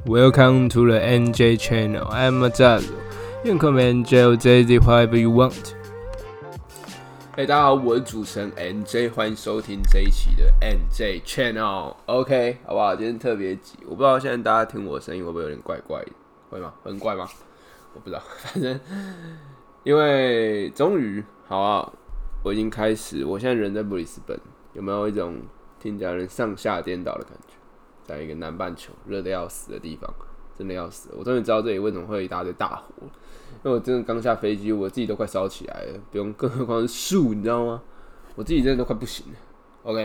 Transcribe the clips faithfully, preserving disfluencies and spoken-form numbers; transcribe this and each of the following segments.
Welcome to the N J channel. I'm Mazazo. You can call me N J or J Z, whatever you want. 嘿、hey, 大家好，我是主持人 N J， 欢迎收听这一期的 N J channel。OK， 好不好？今天特别急，我不知道现在大家听我的声音会不会有点怪怪的，会吗？很怪吗？我不知道，反正因为终于，好不好？我已经开始，我现在人在布里斯本，有没有一种听起来人上下颠倒的感觉？在一个南半球热得要死的地方，真的要死了。我终于知道这里为什么会有一大堆大火，因为我真的刚下飞机，我自己都快烧起来了，不用，更何况是树，你知道吗？我自己真的都快不行了。OK，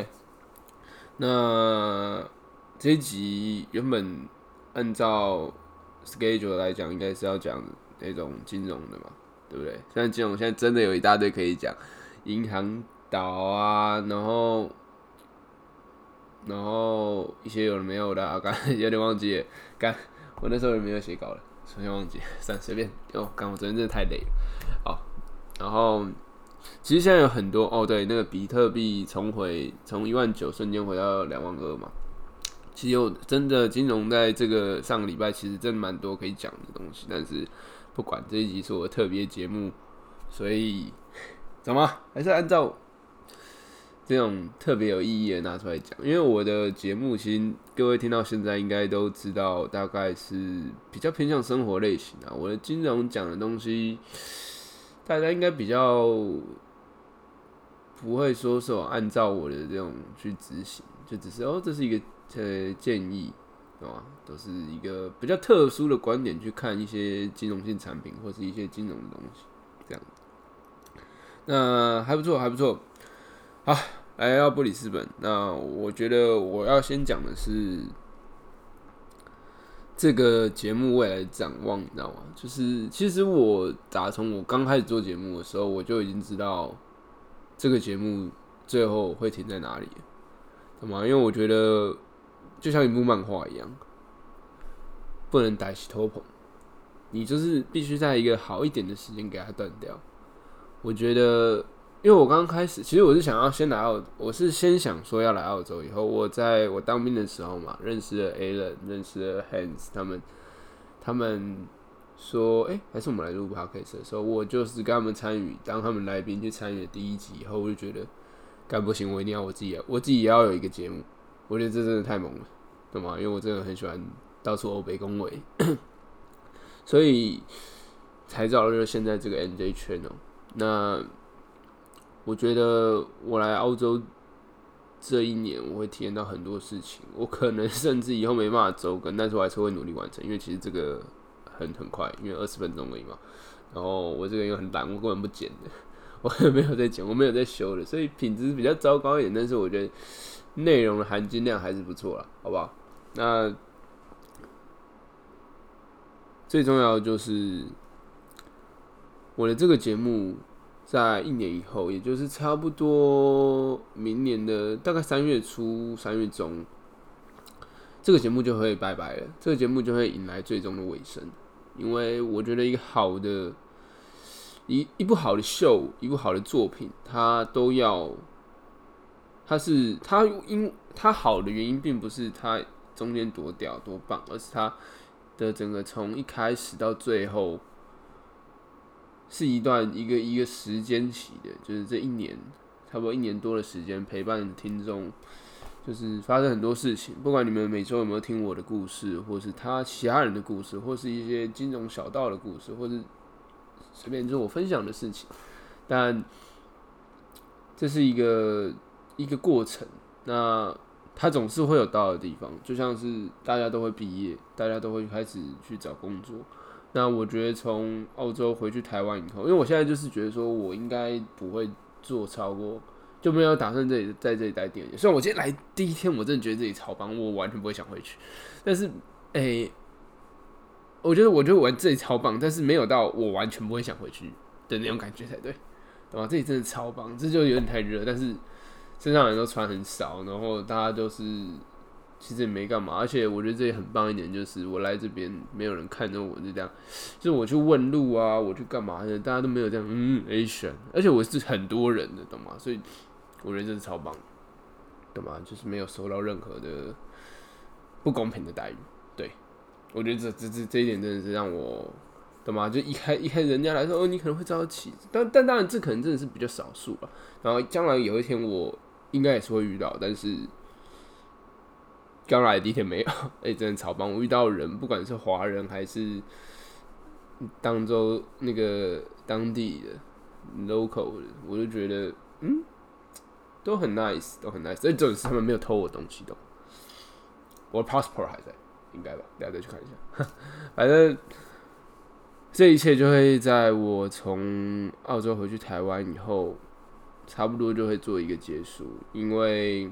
那这一集原本按照 schedule 来讲，应该是要讲那种金融的嘛，对不对？现在金融现在真的有一大堆可以讲，银行岛啊，然后。然后一些有的没有的、啊，刚有点忘记了，干我那时候也没有写稿了，首先忘记，算随便。哦，干我昨天真的太累了。好，然后其实现在有很多哦，对，那个比特币重回从一万九瞬间回到两万二嘛。其实有真的金融在这个上个礼拜其实真的蛮多可以讲的东西，但是不管这一集是我的特别节目，所以怎么还是按照。这种特别有意义的拿出来讲，因为我的节目其实各位听到现在应该都知道，大概是比较偏向生活类型啊。我的金融讲的东西，大家应该比较不会说是我按照我的这种去执行，就只是哦，这是一个呃建议，对吧？都是一个比较特殊的观点去看一些金融性产品或是一些金融的东西，这样。那还不错，还不错。好，来到布里斯本，那我觉得我要先讲的是这个节目未来的展望，你知道吗？就是其实我打从我刚开始做节目的时候，我就已经知道这个节目最后会停在哪里了，懂吗？因为我觉得就像一部漫画一样，不能逮起头棚，你就是必须在一个好一点的时间给它断掉。我觉得。因为我刚开始，其实我是想要先来澳，我是先想说要来澳洲。以后我在我当兵的时候嘛，认识了 Alan， 认识了 Hans， 他们他们说，哎、欸，还是我们来录 podcast 的时候，我就是跟他们参与，当他们来宾去参与的第一集以后，我就觉得，干不行，我一定要我自己，我自己也要有一个节目。我觉得这真的太猛了，懂吗？因为我真的很喜欢到处欧北恭维，所以才找到现在这个 N J channel。那我觉得我来澳洲这一年，我会体验到很多事情。我可能甚至以后没办法周更，但是我还是会努力完成，因为其实这个很很快，因为二十分钟而已嘛。然后我这个人又很懒，我根本不剪的，我也没有在剪，我没有在修的，所以品质比较糟糕一点。但是我觉得内容的含金量还是不错啦，好不好？那最重要的就是我的这个节目。在一年以后，也就是差不多明年的大概三月初、三月中，这个节目就会拜拜了。这个节目就会迎来最终的尾声，因为我觉得一个好的一一部好的秀，一部好的作品，它都要，它是它因它好的原因，并不是它中间多屌多棒，而是它的整个从一开始到最后。是一段一个一个时间期的，就是这一年，差不多一年多的时间陪伴听众，就是发生很多事情。不管你们每周有没有听我的故事，或是他其他人的故事，或是一些金融小道的故事，或是随便就是我分享的事情，但这是一个一个过程。那它总是会有到的地方，就像是大家都会毕业，大家都会开始去找工作。那我觉得从澳洲回去台湾以后，因为我现在就是觉得说我应该不会做超过，就没有打算这里在这里待第二年。虽然我今天来第一天，我真的觉得这里超棒，我完全不会想回去。但是，哎、欸，我觉得我觉得我这里超棒，但是没有到我完全不会想回去的那种感觉才对，对吧？这里真的超棒，这就有点太热，但是身上人都穿很少，然后大家都是。其实也没干嘛，而且我觉得这里很棒一点，就是我来这边没有人看着我，就这样，就是我去问路啊，我去干嘛的，大家都没有这样，嗯 ，Asian， 而且我是很多人的，懂吗？所以我觉得这是超棒的，懂吗？就是没有受到任何的不公平的待遇，对， 我觉得这这这这一点真的是让我，懂吗？就一开一开始人家来说，哦，你可能会早起，但但当然这可能真的是比较少数了。然后将来有一天我应该也是会遇到，但是刚来的第一天没有，哎、欸，真的超棒！我遇到的人，不管是华人还是当州那个当地的 local 的，我就觉得嗯，都很 nice， 都很 nice。所以重点是他们没有偷我东西的，我的 passport 还在，应该吧？大家再去看一下。反正这一切就会在我从澳洲回去台湾以后，差不多就会做一个结束，因为。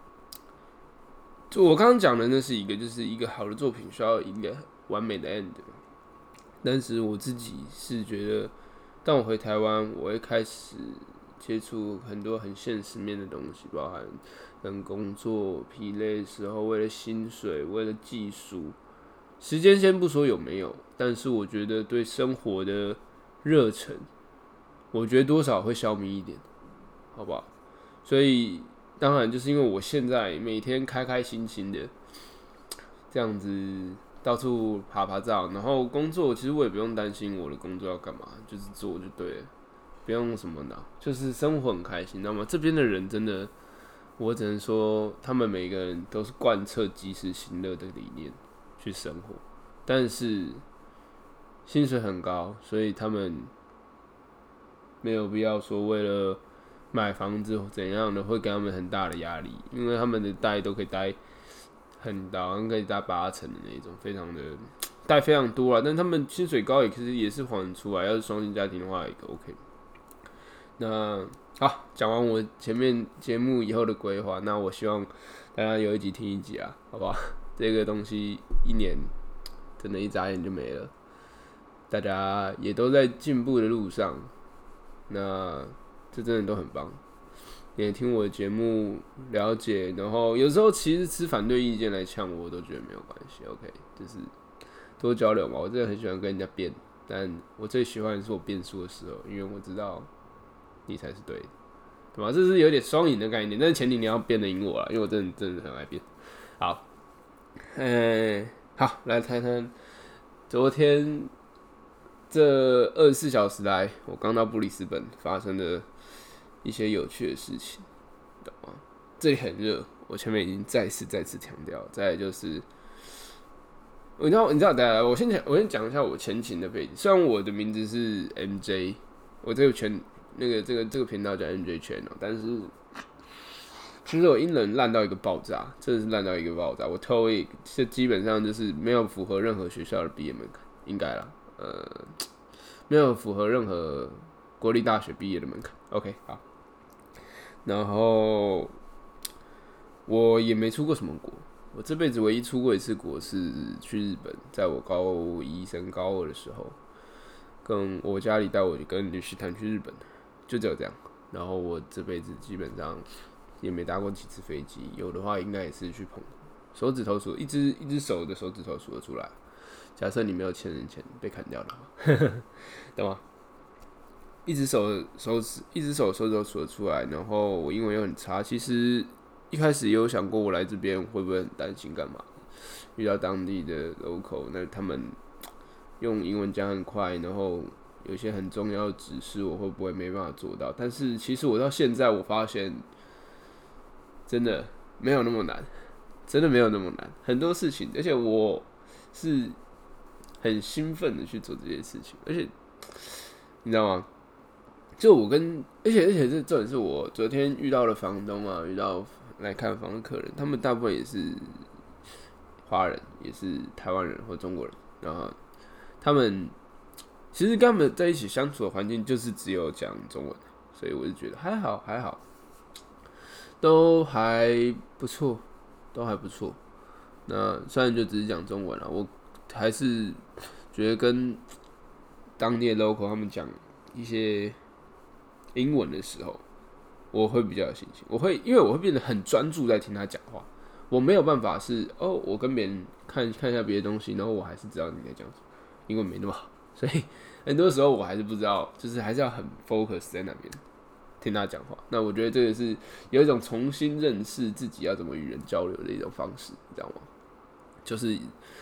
就我刚刚讲的，那是一个，就是一个好的作品需要一个完美的 end。但是我自己是觉得，当我回台湾，我会开始接触很多很现实面的东西，包含跟工作疲累的时候，为了薪水，为了技术，时间先不说有没有，但是我觉得对生活的热忱，我觉得多少会消弭一点，好不好？所以。当然，就是因为我现在每天开开心心的这样子到处爬爬照，然后工作其实我也不用担心我的工作要干嘛，就是做就对了，不用什么的，就是生活很开心，你知道吗？这边的人真的，我只能说他们每个人都是贯彻及时行乐的理念去生活，但是薪水很高，所以他们没有必要说为了。买房子怎样的会给他们很大的压力，因为他们的贷都可以贷很大，可以贷八成的那种，非常的贷非常多啦。但他们薪水高也其实也是还得出来，要是双薪家庭的话也 OK。那好，讲完我前面节目以后的规划，那我希望大家有一集听一集啊，好不好？这个东西一年真的，一眨眼就没了，大家也都在进步的路上，那。这真的都很棒，也听我的节目了解，然后有时候其实持反对意见来呛我，我都觉得没有关系 ，OK， 就是多交流嘛。我真的很喜欢跟人家辩，但我最喜欢的是我辩输的时候，因为我知道你才是对的，对吧？这是有点双赢的概念，但是前提你要辩得赢我啦，因为我真的真的很爱辩。好，嗯、欸，好，来谈谈昨天这二十四小时来，我刚到布里斯本发生的。一些有趣的事情，懂吗？这里很热，我前面已经再次再次强调。再来就是，你知道，你知道，大家，我先讲，我先讲一下我前情的背景。虽然我的名字是 M J， 我这个圈那个这个这个频道叫 M J Channel， 但是其实我英文烂到一个爆炸，真的是烂到一个爆炸。我 T O E I C 基本上就是没有符合任何学校的毕业门槛，应该啦，呃，没有符合任何国立大学毕业的门槛。OK， 好。然后我也没出过什么国，我这辈子唯一出过一次国是去日本，在我高一升高二的时候，跟我家里带我跟旅行团去日本，就只有这样。然后我这辈子基本上也没搭过几次飞机，有的话应该也是去澎湖，手指头数一只一只手的手指头数得出来。假设你没有欠人钱被砍掉的话，懂吗？一只手手指，一只手手指头数得出来，然后我英文又很差。其实一开始也有想过，我来这边会不会很担心干嘛？遇到当地的 local， 那他们用英文讲很快，然后有些很重要的指示，我会不会没办法做到？但是其实我到现在，我发现真的没有那么难，真的没有那么难。很多事情，而且我是很兴奋的去做这些事情，而且你知道吗？就我跟，而且而且这重点是我昨天遇到的房东啊，遇到来看房的客人，他们大部分也是华人，也是台湾人或中国人，然后他们其实跟他们在一起相处的环境就是只有讲中文，所以我就觉得还好还好，都还不错，都还不错。那虽然就只是讲中文了，我还是觉得跟当地的 local 他们讲一些英文的时候，我会比较有信心。我会因为我会变得很专注在听他讲话，我没有办法是哦，我跟别人看看一下别的东西，然后我还是知道你在讲什么，英文没那么好，所以很多时候我还是不知道，就是还是要很 focus 在那边听他讲话。那我觉得这个是有一种重新认识自己要怎么与人交流的一种方式，你知道吗？就是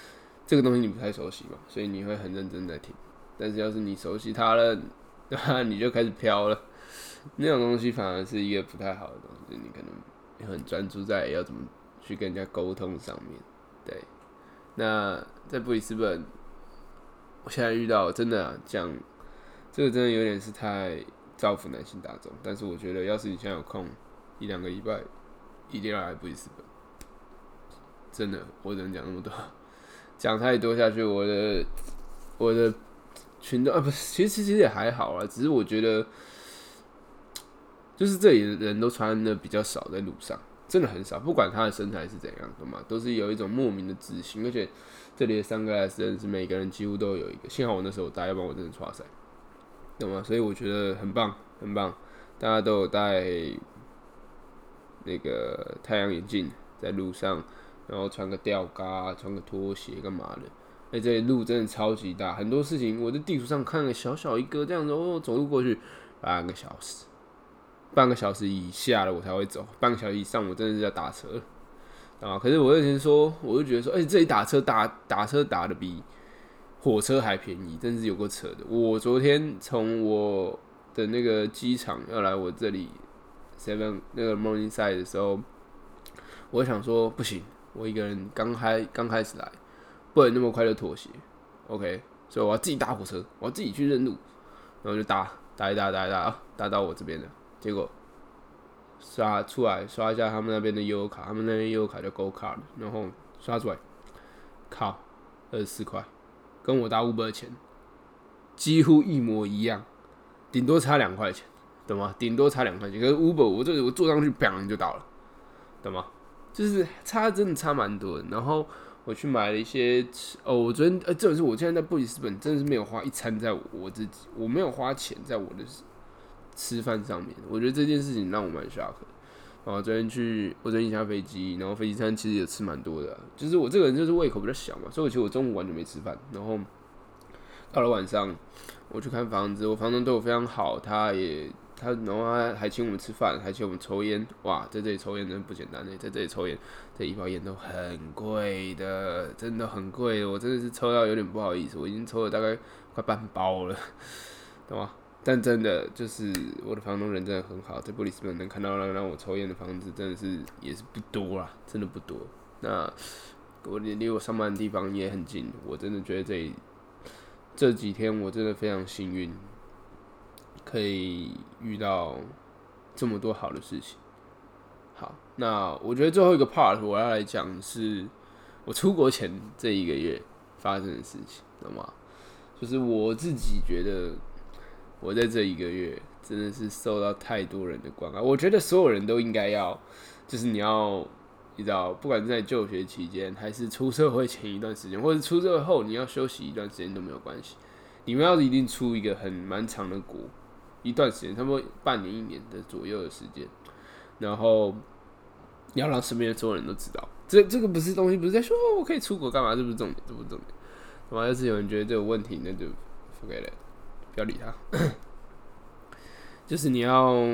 这个东西你不太熟悉嘛，所以你会很认真在听。但是要是你熟悉它了，你就开始飘了。那种东西反而是一个不太好的东西，你可能很专注在要怎么去跟人家沟通上面。对，那在布里斯本，我现在遇到真的讲、啊、这个真的有点是太造福男性大众，但是我觉得要是你现在有空一两个礼拜，一定要来布里斯本。真的，我只能讲那么多，讲太多下去，我的我的群众啊，不是，其实其实也还好啦，只是我觉得，就是这里的人都穿的比较少，在路上真的很少，不管他的身材是怎样，懂吗？都是有一种莫名的自信，而且这里的三个 S 真的是每个人几乎都有一个，幸好我那时候带，要不然我真的剉赛，懂吗？所以我觉得很棒，很棒，大家都有戴那个太阳眼镜在路上。然后穿个吊嘎，穿个拖鞋干嘛的？哎、欸，这里路真的超级大，很多事情我在地图上看个小小一个这样子，哦，走路过去半个小时，半个小时以下了我才会走，半个小时以上我真的是要打车了啊！可是我以前说，我就觉得说，哎、欸，这里打车打打车打的比火车还便宜，真是有够扯的。我昨天从我的那个机场要来我这里 Seven 那个 Morningside 的时候，我想说不行。我一个人刚开刚开始来，不能那么快就妥协 ，OK， 所以我要自己搭火车，我要自己去认路，然后就搭搭一搭搭一搭搭到我这边的，结果刷出来刷一下他们那边的悠游卡，他们那边悠游卡叫 Go Card， 然后刷出来，靠，二十四块，跟我搭 Uber 的钱几乎一模一样，顶多差两块钱，懂吗？顶多差两块钱，可是 Uber 我这我坐上去，砰就到了，懂吗？就是差真的差蛮多的，然后我去买了一些哦，我昨天呃，这是我现在在布里斯本真的是没有花一餐在我自己，我没有花钱在我的吃饭上面，我觉得这件事情让我蛮 shock 的。然后昨天去，我昨天下飞机，然后飞机餐其实也吃蛮多的、啊，就是我这个人就是胃口比较小嘛，所以我其实我中午完全没吃饭，然后到了晚上我去看房子，我房东对我非常好，他也。他然后他还请我们吃饭，还请我们抽烟，哇，在这里抽烟真的不简单呢，在这里抽烟，这一包烟都很贵的，真的很贵的，我真的是抽到有点不好意思，我已经抽了大概快半包了，懂吗？但真的就是我的房东人真的很好，在布里斯本能看到让我抽烟的房子真的是也是不多啦，真的不多。那我离我上班的地方也很近，我真的觉得这里这几天我真的非常幸运。可以遇到这么多好的事情。好，那我觉得最后一个 part 我要来讲是我出国前这一个月发生的事情，懂吗？就是我自己觉得我在这一个月真的是受到太多人的关爱，我觉得所有人都应该要，就是你要，你知道，不管是在就学期间，还是出社会前一段时间，或者出社会后你要休息一段时间都没有关系。你们要一定出一个很蛮长的国。一段时间，差不多半年、一年的左右的时间，然后你要让身边的所有人都知道，这这个不是东西，不是在说、哦、我可以出国干嘛，这不是重点，这不是重点。他妈，要是有人觉得这有问题，那就 forget it， 不要理他。就是你要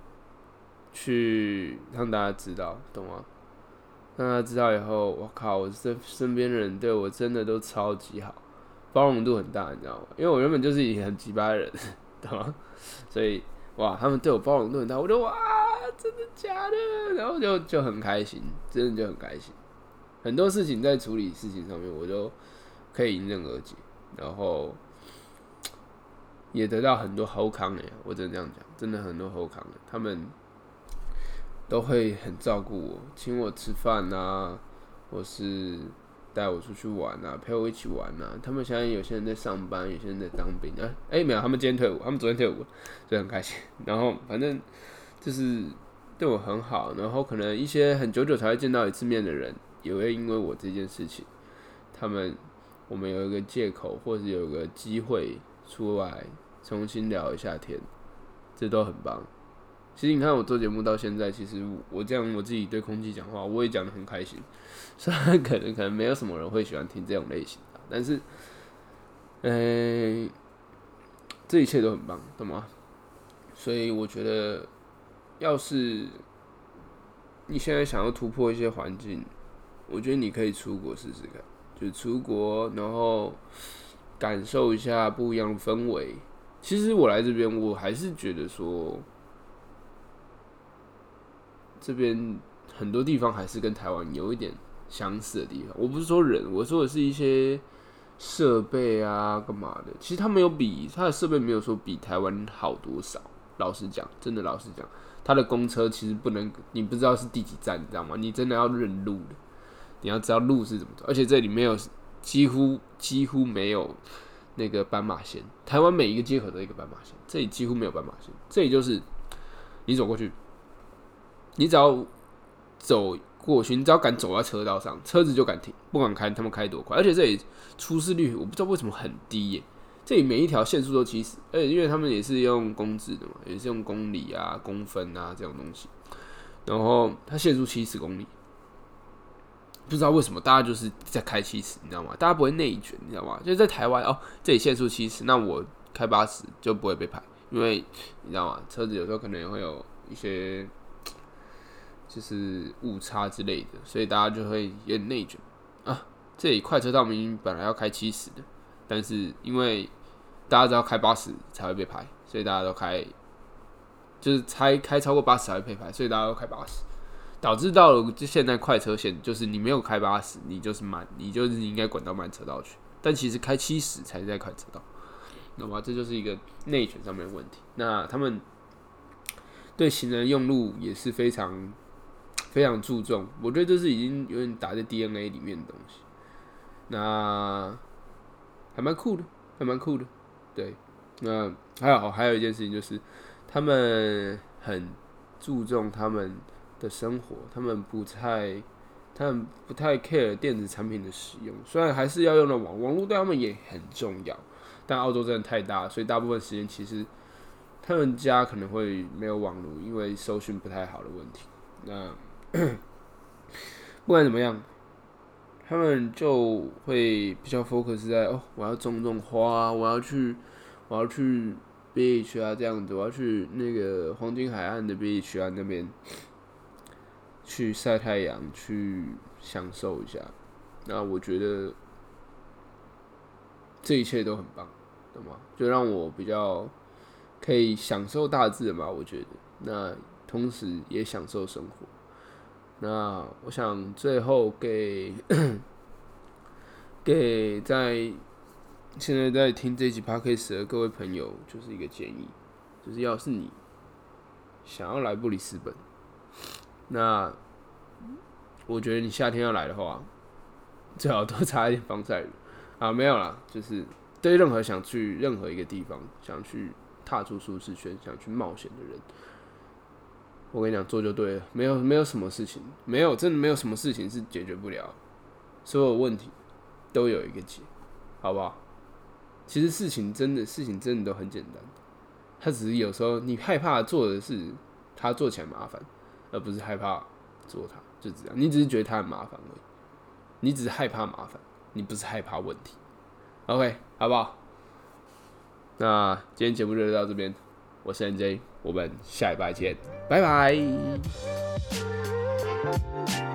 去让大家知道，懂吗？让大家知道以后，我靠，我身身边的人对我真的都超级好，包容度很大，你知道吗？因为我原本就是一个很鸡巴的人，懂吗？所以哇，他们对我包容度很大，我就哇，真的假的？然后就就很开心，真的就很开心。很多事情在处理事情上面，我就可以迎刃而解，然后也得到很多好康的，我只能这样讲，真的很多好康的，他们都会很照顾我，请我吃饭啊，或是带我出去玩啊，陪我一起玩啊。他们现在有些人在上班，有些人在当兵啊。哎、欸，没有，他们今天退伍，他们昨天退伍，所以很开心。然后反正就是对我很好，然后可能一些很久久才会见到一次面的人，也会因为我这件事情，他们我们有一个借口，或者有一个机会出来重新聊一下天，这都很棒。其实你看我做节目到现在，其实我这样我自己对空气讲话，我也讲得很开心。虽然可能可能没有什么人会喜欢听这种类型的，但是，嗯、欸，这一切都很棒，懂吗？所以我觉得，要是你现在想要突破一些环境，我觉得你可以出国试试看， 就出国，然后感受一下不一样的氛围。其实我来这边，我还是觉得说，这边很多地方还是跟台湾有一点相似的地方。我不是说人，我说的是一些设备啊，干嘛的。其实他没有比他的设备没有说比台湾好多少。老实讲，真的老实讲，他的公车其实不能，你不知道是第几站，你知道吗？你真的要认路的，你要知道路是怎么走。而且这里没有，几乎几乎没有那个斑马线。台湾每一个街口都有一个斑马线，这里几乎没有斑马线。这里就是你走过去，你只要走过去，你只要敢走在车道上，车子就敢停，不管开他们开多快。而且这里出事率我不知道为什么很低耶。这里每一条限速都七十，而且因为他们也是用公制的嘛，也是用公里啊、公分啊这种东西，然后它限速七十公里，不知道为什么大家就是在开七十，你知道吗？大家不会内卷，你知道吗？就是在台湾哦，这里限速七十，那我开八十就不会被拍，因为你知道吗？车子有时候可能也会有一些就是误差之类的，所以大家就会有点内卷啊。这里快车道明明本来要开七十的，但是因为大家知道开八十才会被拍，所以大家都开，就是开开超过八十才会被拍，所以大家都开八十，导致到了现在快车线，就是你没有开八十，你就是慢，你就是应该滚到慢车道去，但其实开七十才是在快车道，懂吗？这就是一个内卷上面的问题。那他们对行人用路也是非常非常注重，我觉得这是已经有点打在 D N A 里面的东西。那还蛮酷的，还蛮酷的。对，那还有还有一件事情就是，他们很注重他们的生活，他们不太，他们不太 care 电子产品的使用，虽然还是要用到网，网络对他们也很重要，但澳洲真的太大，所以大部分时间其实他们家可能会没有网络，因为收讯不太好的问题。那不管怎么样，他们就会比较 focus 在哦，我要种种花，我要去，我要去 beach 啊这样子，我要去那个黄金海岸的 beach 啊那边去晒太阳，去享受一下。那我觉得这一切都很棒，懂吗？就让我比较可以享受大自然吧，我觉得。那同时也享受生活。那我想最后给给在现在在听这集 podcast 的各位朋友，就是一个建议，就是要是你想要来布里斯本，那我觉得你夏天要来的话，最好多擦一点防晒乳啊，没有啦，就是对任何想去任何一个地方，想去踏出舒适圈、想去冒险的人。我跟你讲，做就对了，没有没有什么事情，没有真的没有什么事情是解决不了，所有问题都有一个解，好不好？其实事情真的事情真的都很简单，它只是有时候你害怕做的事，它做起来麻烦，而不是害怕做它，就这样。你只是觉得它很麻烦而已，你只是害怕麻烦，你不是害怕问题。OK， 好不好？那今天节目就到这边。我是 N J， 我们下礼拜见，拜拜。